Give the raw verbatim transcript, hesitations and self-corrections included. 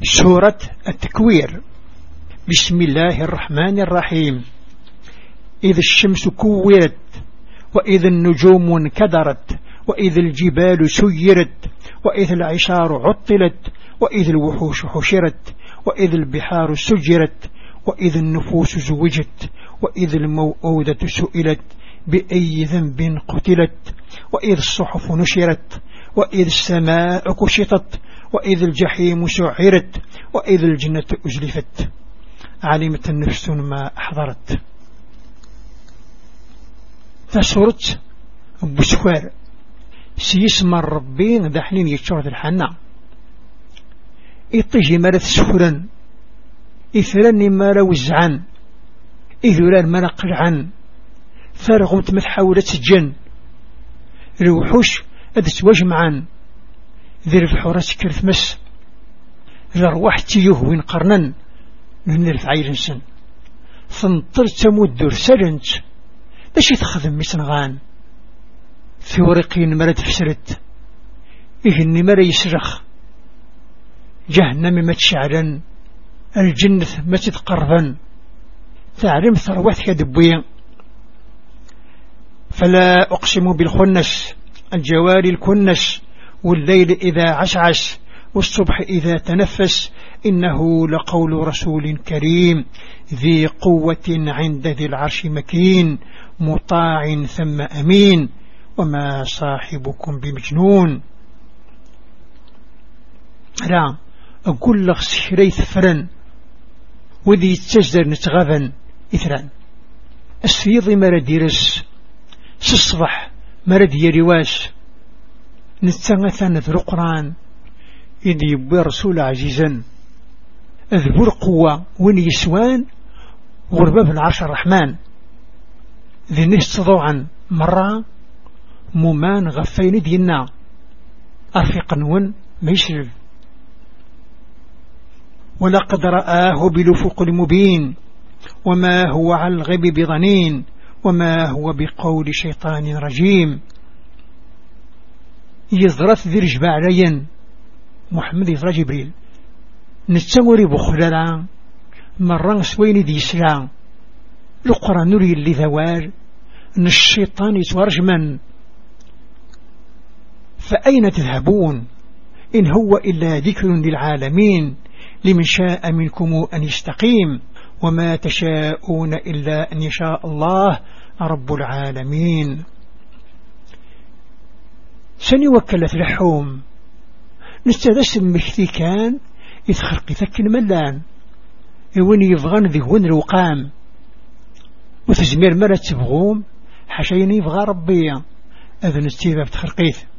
سورة التكوير. بسم الله الرحمن الرحيم. إذا الشمس كورت وإذا النجوم انكدرت وإذا الجبال سيرت وإذا العشار عطلت وإذا الوحوش حشرت وإذا البحار سجرت وإذا النفوس زوجت وإذا الموءودة سئلت بأي ذنب قتلت وإذا الصحف نشرت وإذا السماء كشطت وإذا الجحيم سعرت وإذا الجنة أزلفت علمت النفس ما أحضرت. تسورت بسوار سيسمى الربين دحنين يتشرد الحنة إطيجي مالت سفرا إثراني مالا وزعان إذران مالا قلعان فارغ متمتحاولة الجن الوحوش أدت وجمعان ذي البحورة كرث مس الأرواح تيوه وين قرنن من الفعيل نسن فانطر تمود رسالنت باش يتخذم مسنغان في ورقين مرد فسرت إهني مرا يسرخ جهنم ما تشعلن الجنة ما تتقربن تعلم ثروتك دبويا. فلا أقسم بالخنس الجوار الكنس والليل إذا عشعش والصبح إذا تنفس إنه لقول رسول كريم ذي قوة عند ذي العرش مكين مطاع ثم أمين وما صاحبكم بمجنون. لا أقول لك سحري ثفرا وذي يتجدر نتغذن إثران السيض مرد يرس سصبح مرد يرواس نتغثى نذر قرآن إذ يبوي رسول عزيزا أذبر قوة وين يسوان غرباب العرش الرحمن ذي نستضوعا مرة ممان غفين دينا أرفقا ون ما يشرب ولقد رآه بالأفق المبين وما هو على الغيب بضنين وما هو بقول شيطان رجيم. يزرث ذي رجبع عليا محمد يزرى جبريل نتسوري بخلالا مرة سوين دي سلام لقرى نري اللي ذوار ان الشيطان يتورجمن فأين تذهبون إن هو إلا ذكر للعالمين لمن شاء منكم أن يستقيم وما تشاءون إلا أن يشاء الله رب العالمين. سني وكلت لحوم نستدس المكتي كان يتخرق ذك الملان يوين يفغن ذي هون الوقام وتزمير مرة تبغوم حشين يبغى ربيا أذن استيباب تخرقيث